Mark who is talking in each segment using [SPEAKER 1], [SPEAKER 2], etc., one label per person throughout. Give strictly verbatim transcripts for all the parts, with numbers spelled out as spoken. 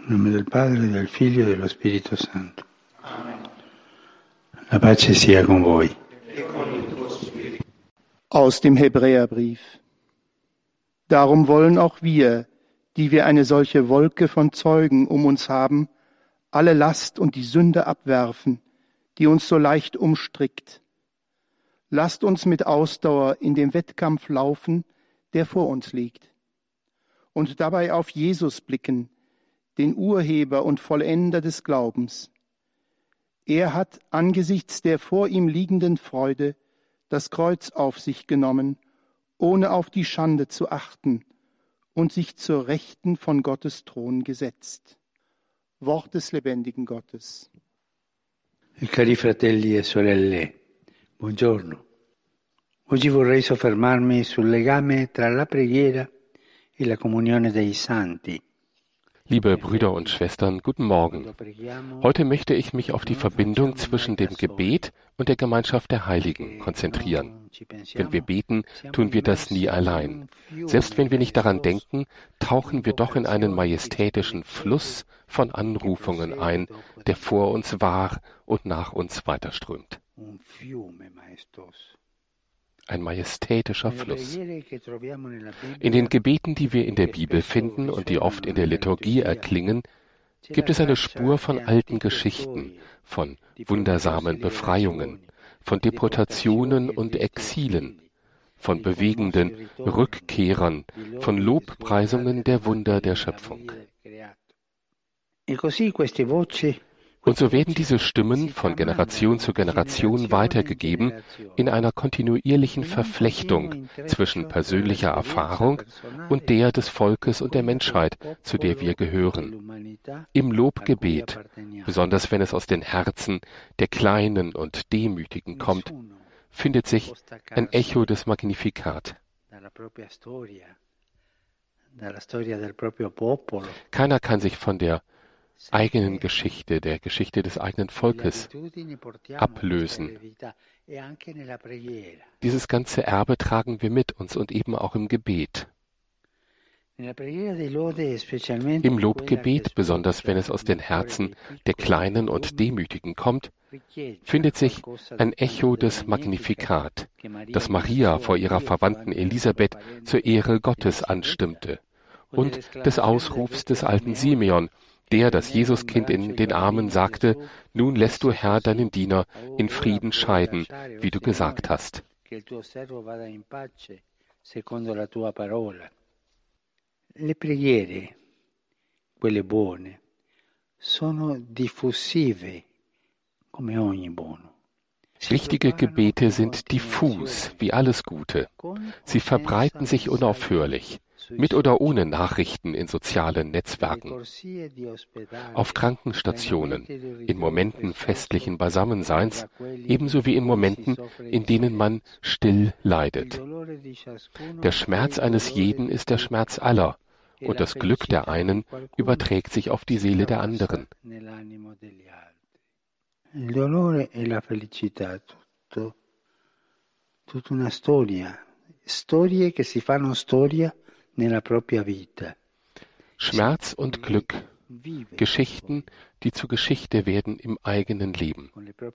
[SPEAKER 1] In nome del Padre, del Figlio e dello Spirito Santo. Amen. La pace sia con voi.
[SPEAKER 2] Aus dem Hebräerbrief. Darum wollen auch wir, die wir eine solche Wolke von Zeugen um uns haben, alle Last und die Sünde abwerfen, die uns so leicht umstrickt. Lasst uns mit Ausdauer in dem Wettkampf laufen, der vor uns liegt. Und dabei auf Jesus blicken, den Urheber und Vollender des Glaubens. Er hat angesichts der vor ihm liegenden Freude das Kreuz auf sich genommen, ohne auf die Schande zu achten, und sich zur Rechten von Gottes Thron gesetzt. Wort des lebendigen Gottes.
[SPEAKER 1] Cari fratelli e sorelle, buongiorno. Oggi vorrei soffermarmi sul legame tra la preghiera e la comunione dei santi.
[SPEAKER 3] Liebe Brüder und Schwestern, guten Morgen. Heute möchte ich mich auf die Verbindung zwischen dem Gebet und der Gemeinschaft der Heiligen konzentrieren. Wenn wir beten, tun wir das nie allein. Selbst wenn wir nicht daran denken, tauchen wir doch in einen majestätischen Fluss von Anrufungen ein, der vor uns war und nach uns weiterströmt. Ein majestätischer Fluss. In den Gebeten, die wir in der Bibel finden und die oft in der Liturgie erklingen, gibt es eine Spur von alten Geschichten, von wundersamen Befreiungen, von Deportationen und Exilen, von bewegenden Rückkehrern, von Lobpreisungen der Wunder der Schöpfung. Und so werden diese Stimmen von Generation zu Generation weitergegeben in einer kontinuierlichen Verflechtung zwischen persönlicher Erfahrung und der des Volkes und der Menschheit, zu der wir gehören. Im Lobgebet, besonders wenn es aus den Herzen der Kleinen und Demütigen kommt, findet sich ein Echo des Magnificat. Keiner kann sich von der eigenen Geschichte, der Geschichte des eigenen Volkes ablösen. Dieses ganze Erbe tragen wir mit uns und eben auch im Gebet. Im Lobgebet, besonders wenn es aus den Herzen der Kleinen und Demütigen kommt, findet sich ein Echo des Magnificat, das Maria vor ihrer Verwandten Elisabeth zur Ehre Gottes anstimmte, und des Ausrufs des alten Simeon, der das Jesuskind in den Armen sagte: Nun lässt du, Herr, deinen Diener in Frieden scheiden, wie du gesagt hast.
[SPEAKER 1] Le preghiere, quelle buone, sono diffusive, come ogni buono.
[SPEAKER 3] Richtige Gebete sind diffus, wie alles Gute. Sie verbreiten sich unaufhörlich, mit oder ohne Nachrichten in sozialen Netzwerken, auf Krankenstationen, in Momenten festlichen Beisammenseins, ebenso wie in Momenten, in denen man still leidet. Der Schmerz eines jeden ist der Schmerz aller, und das Glück der einen überträgt sich auf die Seele der anderen.
[SPEAKER 1] Il dolore e la felicità, tutto, tutta una storia, storie che si fanno storia nella propria vita.
[SPEAKER 3] Schmerz und Glück, Geschichten, die zu Geschichte werden im eigenen Leben.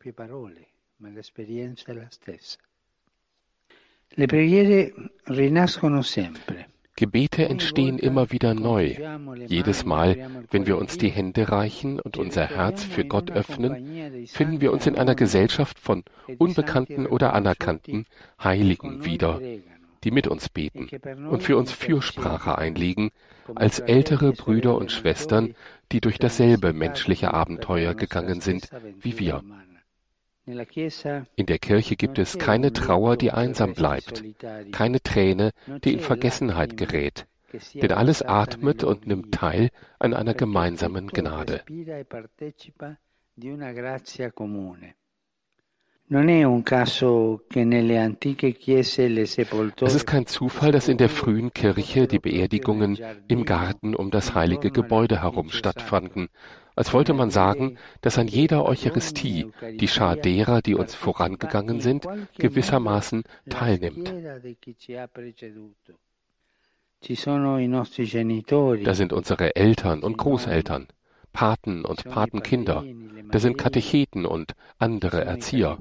[SPEAKER 1] Le preghiere rinascono sempre.
[SPEAKER 3] Gebete entstehen immer wieder neu. Jedes Mal, wenn wir uns die Hände reichen und unser Herz für Gott öffnen, finden wir uns in einer Gesellschaft von unbekannten oder anerkannten Heiligen wieder, die mit uns beten und für uns Fürsprache einlegen, als ältere Brüder und Schwestern, die durch dasselbe menschliche Abenteuer gegangen sind wie wir. In der Kirche gibt es keine Trauer, die einsam bleibt, keine Träne, die in Vergessenheit gerät, denn alles atmet und nimmt teil an einer gemeinsamen Gnade. Es ist kein Zufall, dass in der frühen Kirche die Beerdigungen im Garten um das heilige Gebäude herum stattfanden, als wollte man sagen, dass an jeder Eucharistie die Schar derer, die uns vorangegangen sind, gewissermaßen teilnimmt. Da sind unsere Eltern und Großeltern, Paten und Patenkinder, da sind Katecheten und andere Erzieher.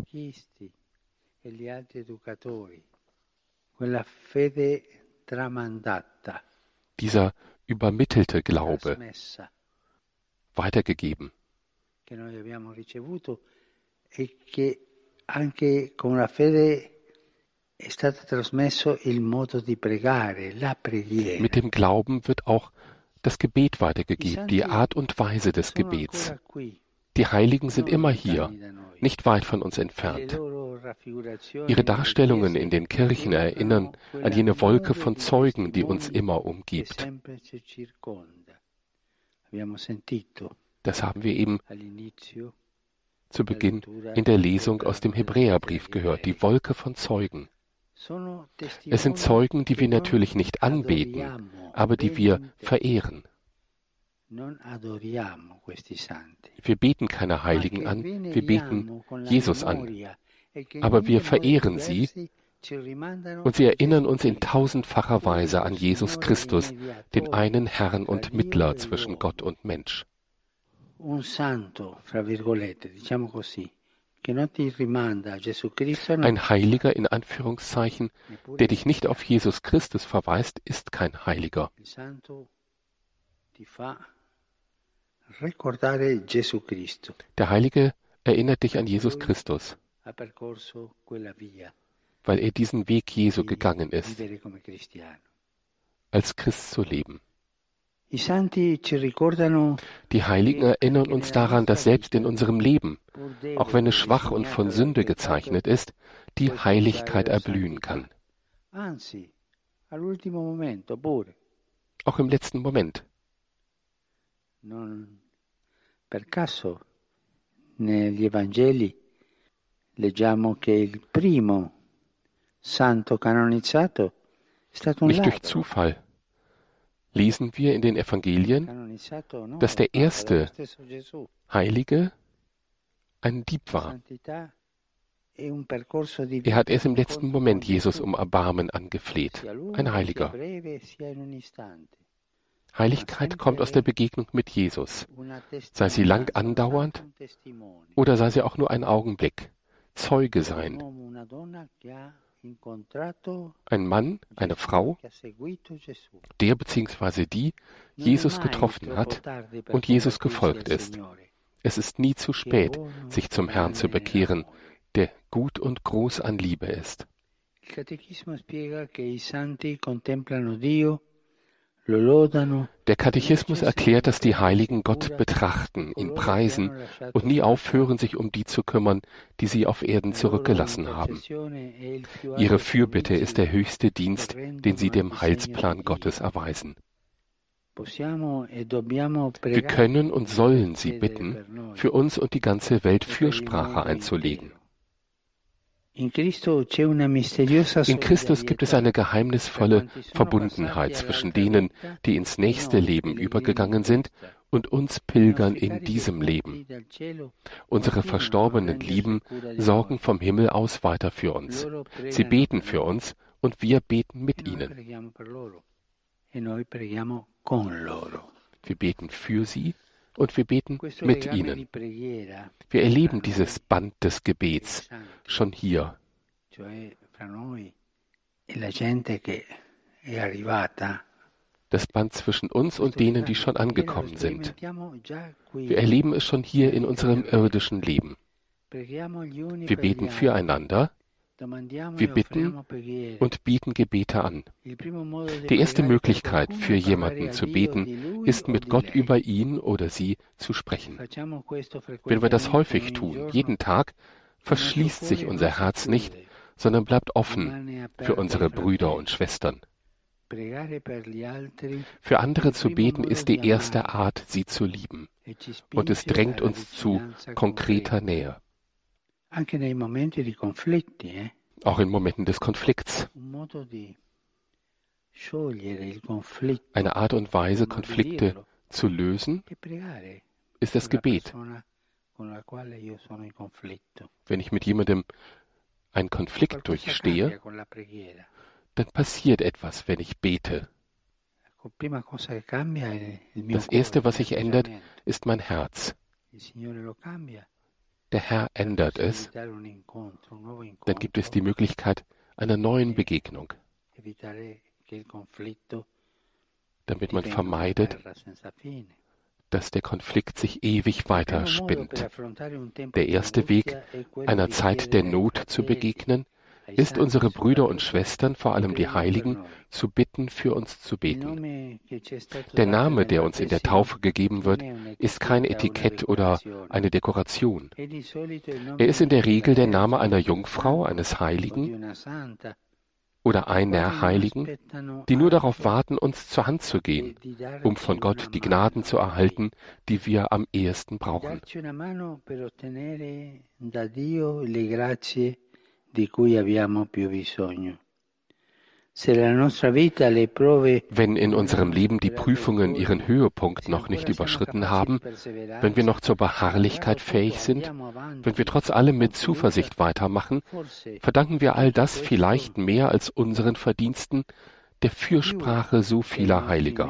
[SPEAKER 3] Dieser übermittelte Glaube, weitergegeben. Mit dem Glauben wird auch das Gebet weitergegeben, die Art und Weise des Gebets. Die Heiligen sind immer hier, nicht weit von uns entfernt. Ihre Darstellungen in den Kirchen erinnern an jene Wolke von Zeugen, die uns immer umgibt. Das haben wir eben zu Beginn in der Lesung aus dem Hebräerbrief gehört, die Wolke von Zeugen. Es sind Zeugen, die wir natürlich nicht anbeten, aber die wir verehren. Wir beten keine Heiligen an, wir beten Jesus an. Aber wir verehren sie und sie erinnern uns in tausendfacher Weise an Jesus Christus, den einen Herrn und Mittler zwischen Gott und Mensch. Ein Heiliger in Anführungszeichen, der dich nicht auf Jesus Christus verweist, ist kein Heiliger. Der Heilige erinnert dich an Jesus Christus, weil er diesen Weg Jesu gegangen ist, als Christ zu leben. Die Heiligen erinnern uns daran, dass selbst in unserem Leben, auch wenn es schwach und von Sünde gezeichnet ist, die Heiligkeit erblühen kann. Auch im letzten Moment.
[SPEAKER 1] Per caso negli Evangeli leggiamo che il primo santo canonizzato è stato un
[SPEAKER 3] Nicht durch Zufall lesen wir in den Evangelien, dass der erste Heilige ein Dieb war. Er hat erst im letzten Moment Jesus um Erbarmen angefleht, ein Heiliger. Heiligkeit kommt aus der Begegnung mit Jesus, sei sie lang andauernd oder sei sie auch nur ein Augenblick, Zeuge sein. Ein Mann, eine Frau, der bzw. die Jesus getroffen hat und Jesus gefolgt ist. Es ist nie zu spät, sich zum Herrn zu bekehren, der gut und groß an Liebe ist. Der Katechismus erklärt, dass die Heiligen Gott betrachten, ihn preisen und nie aufhören, sich um die zu kümmern, die sie auf Erden zurückgelassen haben. Ihre Fürbitte ist der höchste Dienst, den sie dem Heilsplan Gottes erweisen. Wir können und sollen sie bitten, für uns und die ganze Welt Fürsprache einzulegen. In Christus gibt es eine geheimnisvolle Verbundenheit zwischen denen, die ins nächste Leben übergegangen sind, und uns Pilgern in diesem Leben. Unsere verstorbenen Lieben sorgen vom Himmel aus weiter für uns. Sie beten für uns und wir beten mit ihnen. Wir beten für sie und wir beten mit ihnen. Wir erleben dieses Band des Gebets schon hier. Das Band zwischen uns und denen, die schon angekommen sind. Wir erleben es schon hier in unserem irdischen Leben. Wir beten füreinander. Wir bitten und bieten Gebete an. Die erste Möglichkeit für jemanden zu beten, ist mit Gott über ihn oder sie zu sprechen. Wenn wir das häufig tun, jeden Tag, verschließt sich unser Herz nicht, sondern bleibt offen für unsere Brüder und Schwestern. Für andere zu beten ist die erste Art, sie zu lieben, und es drängt uns zu konkreter Nähe. Auch in Momenten des Konflikts. Eine Art und Weise, Konflikte zu lösen, ist das Gebet. Wenn ich mit jemandem einen Konflikt durchstehe, dann passiert etwas, wenn ich bete. Das Erste, was sich ändert, ist mein Herz. Der Herr ändert es, dann gibt es die Möglichkeit einer neuen Begegnung, damit man vermeidet, dass der Konflikt sich ewig weiterspinnt. Der erste Weg, einer Zeit der Not zu begegnen, ist, unsere Brüder und Schwestern, vor allem die Heiligen, zu bitten, für uns zu beten. Der Name, der uns in der Taufe gegeben wird, ist kein Etikett oder eine Dekoration. Er ist in der Regel der Name einer Jungfrau, eines Heiligen oder einer Heiligen, die nur darauf warten, uns zur Hand zu gehen, um von Gott die Gnaden zu erhalten, die wir am ehesten brauchen.
[SPEAKER 1] Di cui abbiamo più bisogno. Wenn
[SPEAKER 3] in unserem Leben die Prüfungen ihren Höhepunkt noch nicht überschritten haben, wenn wir noch zur Beharrlichkeit fähig sind, wenn wir trotz allem mit Zuversicht weitermachen, verdanken wir all das vielleicht mehr als unseren Verdiensten der Fürsprache so vieler Heiliger.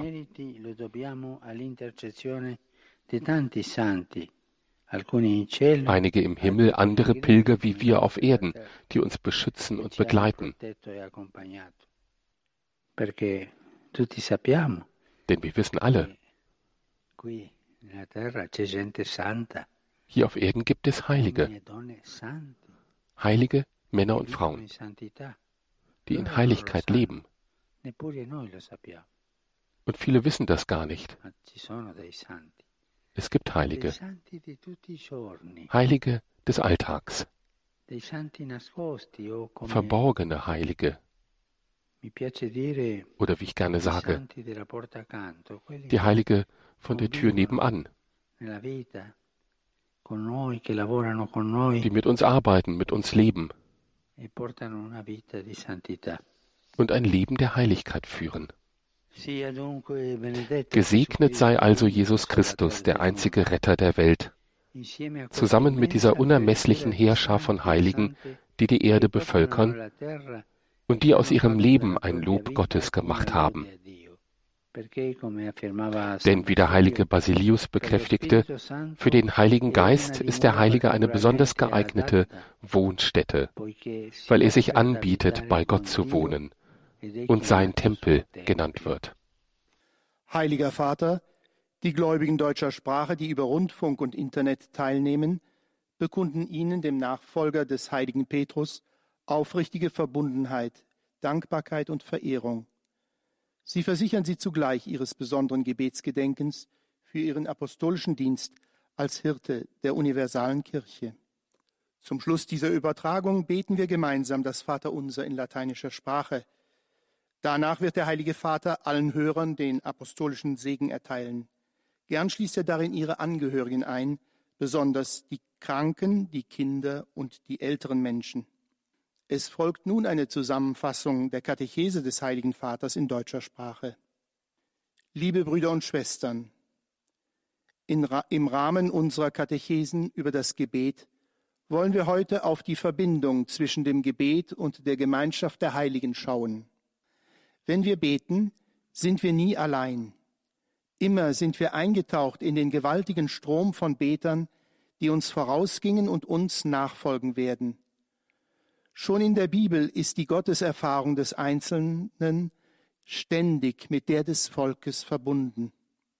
[SPEAKER 3] Einige im Himmel, andere Pilger wie wir auf Erden, die uns beschützen und begleiten. Denn wir wissen alle, hier auf Erden gibt es Heilige, heilige Männer und Frauen, die in Heiligkeit leben. Und viele wissen das gar nicht. Es gibt Heilige, Heilige des Alltags, verborgene Heilige, oder wie ich gerne sage, die Heilige von der Tür nebenan, die mit uns arbeiten, mit uns leben und ein Leben der Heiligkeit führen. Gesegnet sei also Jesus Christus, der einzige Retter der Welt, zusammen mit dieser unermesslichen Heerschar von Heiligen, die die Erde bevölkern und die aus ihrem Leben ein Lob Gottes gemacht haben. Denn wie der heilige Basilius bekräftigte, für den Heiligen Geist ist der Heilige eine besonders geeignete Wohnstätte, weil er sich anbietet, bei Gott zu wohnen und sein Tempel genannt wird.
[SPEAKER 2] Heiliger Vater, die Gläubigen deutscher Sprache, die über Rundfunk und Internet teilnehmen, bekunden Ihnen, dem Nachfolger des heiligen Petrus, aufrichtige Verbundenheit, Dankbarkeit und Verehrung. Sie versichern Sie zugleich Ihres besonderen Gebetsgedenkens für Ihren apostolischen Dienst als Hirte der universalen Kirche. Zum Schluss dieser Übertragung beten wir gemeinsam das Vaterunser in lateinischer Sprache. Danach wird der Heilige Vater allen Hörern den apostolischen Segen erteilen. Gern schließt er darin ihre Angehörigen ein, besonders die Kranken, die Kinder und die älteren Menschen. Es folgt nun eine Zusammenfassung der Katechese des Heiligen Vaters in deutscher Sprache. Liebe Brüder und Schwestern, in, im Rahmen unserer Katechesen über das Gebet wollen wir heute auf die Verbindung zwischen dem Gebet und der Gemeinschaft der Heiligen schauen. Wenn wir beten, sind wir nie allein. Immer sind wir eingetaucht in den gewaltigen Strom von Betern, die uns vorausgingen und uns nachfolgen werden. Schon in der Bibel ist die Gotteserfahrung des Einzelnen ständig mit der des Volkes verbunden.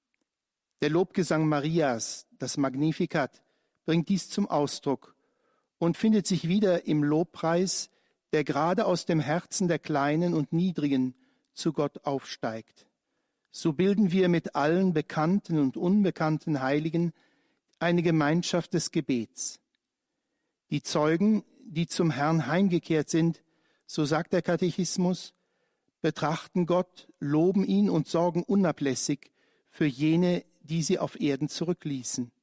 [SPEAKER 2] Der Lobgesang Marias, das Magnificat, bringt dies zum Ausdruck und findet sich wieder im Lobpreis, der gerade aus dem Herzen der Kleinen und Niedrigen zu Gott aufsteigt. So bilden wir mit allen bekannten und unbekannten Heiligen eine Gemeinschaft des Gebets. Die Zeugen, die zum Herrn heimgekehrt sind, so sagt der Katechismus, betrachten Gott, loben ihn und sorgen unablässig für jene, die sie auf Erden zurückließen.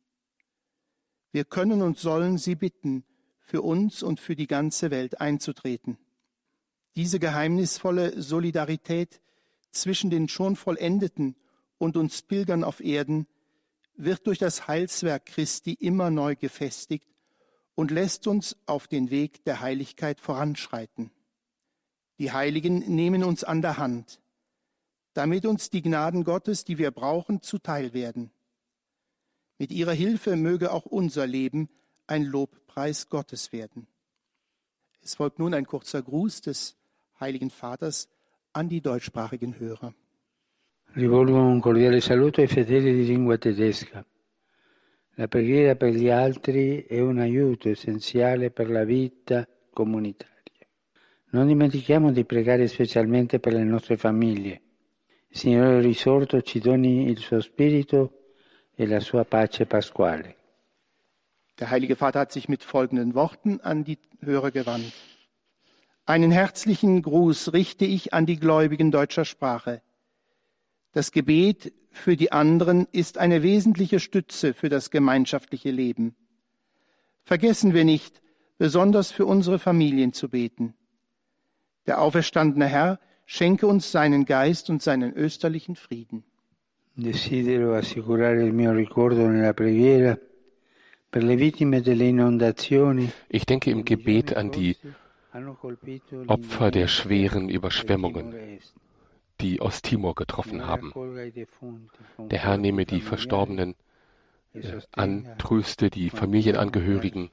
[SPEAKER 2] Wir können und sollen sie bitten, für uns und für die ganze Welt einzutreten. Diese geheimnisvolle Solidarität zwischen den schon Vollendeten und uns Pilgern auf Erden wird durch das Heilswerk Christi immer neu gefestigt und lässt uns auf den Weg der Heiligkeit voranschreiten. Die Heiligen nehmen uns an der Hand. damit uns die Gnaden Gottes, die wir brauchen, zuteil werden. Mit ihrer Hilfe möge auch unser Leben ein Lobpreis Gottes werden. Es folgt nun ein kurzer Gruß des Heiligen Vaters an die deutschsprachigen Hörer.
[SPEAKER 1] Rivolgo un cordiale saluto ai fedeli di lingua tedesca. La preghiera per gli altri è un aiuto essenziale per la vita comunitaria. Non dimentichiamo di pregare specialmente per le nostre famiglie. Il Signore risorto ci doni il suo spirito e la sua pace pasquale.
[SPEAKER 2] Der Heilige Vater hat sich mit folgenden Worten an die Hörer gewandt. Einen herzlichen Gruß richte ich an die Gläubigen deutscher Sprache. Das Gebet für die anderen ist eine wesentliche Stütze für das gemeinschaftliche Leben. Vergessen wir nicht, besonders für unsere Familien zu beten. Der auferstandene Herr schenke uns seinen Geist und seinen österlichen Frieden.
[SPEAKER 1] Desidero assicurare il mio ricordo nella preghiera per le vittime delle inondazioni.
[SPEAKER 3] Ich denke im Gebet an die Opfer der schweren Überschwemmungen, die Osttimor getroffen haben. Der Herr nehme die Verstorbenen an, tröste die Familienangehörigen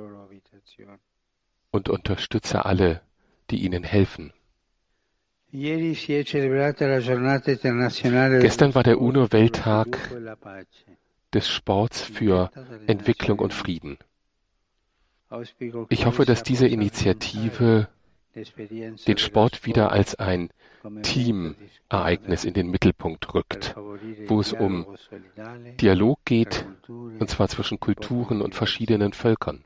[SPEAKER 3] und unterstütze alle, die ihnen helfen.
[SPEAKER 1] Gestern
[SPEAKER 3] war der UNO-Welttag des Sports für Entwicklung und Frieden. Ich hoffe, dass diese Initiative den Sport wieder als ein Teamereignis in den Mittelpunkt rückt, wo es um Dialog geht, und zwar zwischen Kulturen und verschiedenen Völkern.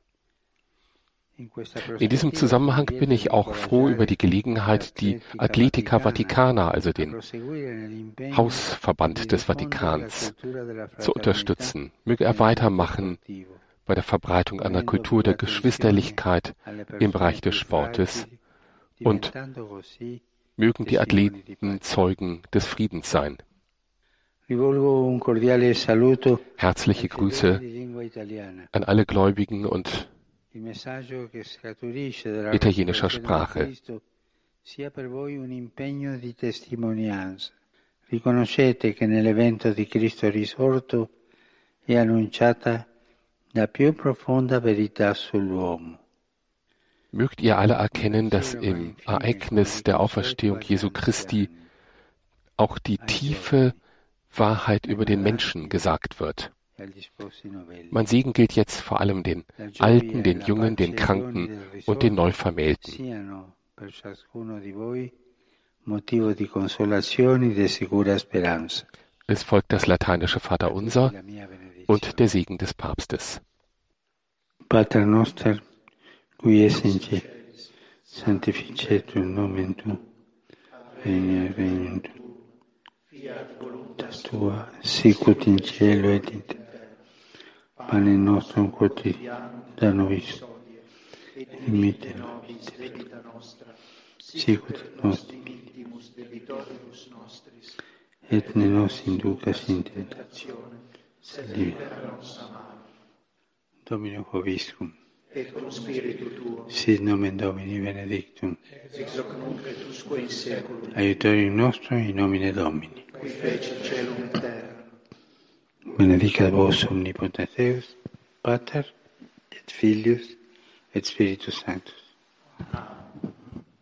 [SPEAKER 3] In diesem Zusammenhang bin ich auch froh über die Gelegenheit, die Atletica Vaticana, also den Hausverband des Vatikans, zu unterstützen. Möge er weitermachen bei der Verbreitung einer Kultur der Geschwisterlichkeit im Bereich des Sportes und mögen die Athleten Zeugen des Friedens sein. Herzliche Grüße an alle Gläubigen und italienischer Sprache.
[SPEAKER 1] Riconoscete che nell'evento di Cristo risorto è annunciata la più profonda verità sull'uomo.
[SPEAKER 3] Mögt ihr alle erkennen, dass im Ereignis der Auferstehung Jesu Christi auch die tiefe Wahrheit über den Menschen gesagt wird. Mein Segen gilt jetzt vor allem den Alten, den Jungen, den Kranken und den Neuvermählten. Es folgt das lateinische Vaterunser und der Segen des Papstes.
[SPEAKER 1] Pater noster, qui es in cielo, sanctificetur nomen tuum, veniat regnum tuum, fiat voluntas tua, sicut in cielo et in terra. Pane nostrum quotidianum da nobis, et dimitte nobis debita nostra, sicut nos dimittimus debitoribus nostris, et ne nos inducas in tentationem, sed libera nos a malo. Domino vobiscum.
[SPEAKER 2] Et cum spiritu tuo.
[SPEAKER 1] Sit nomen Domini benedictum.
[SPEAKER 2] Ex hoc nunc et usque in saeculum.
[SPEAKER 1] Aiutorium nostrum in nomine Domini.
[SPEAKER 2] Qui feci caelum et terra.
[SPEAKER 1] Benedicat vos omnipotens Deus, Pater et Filius et Spiritus Sanctus.
[SPEAKER 2] Amen.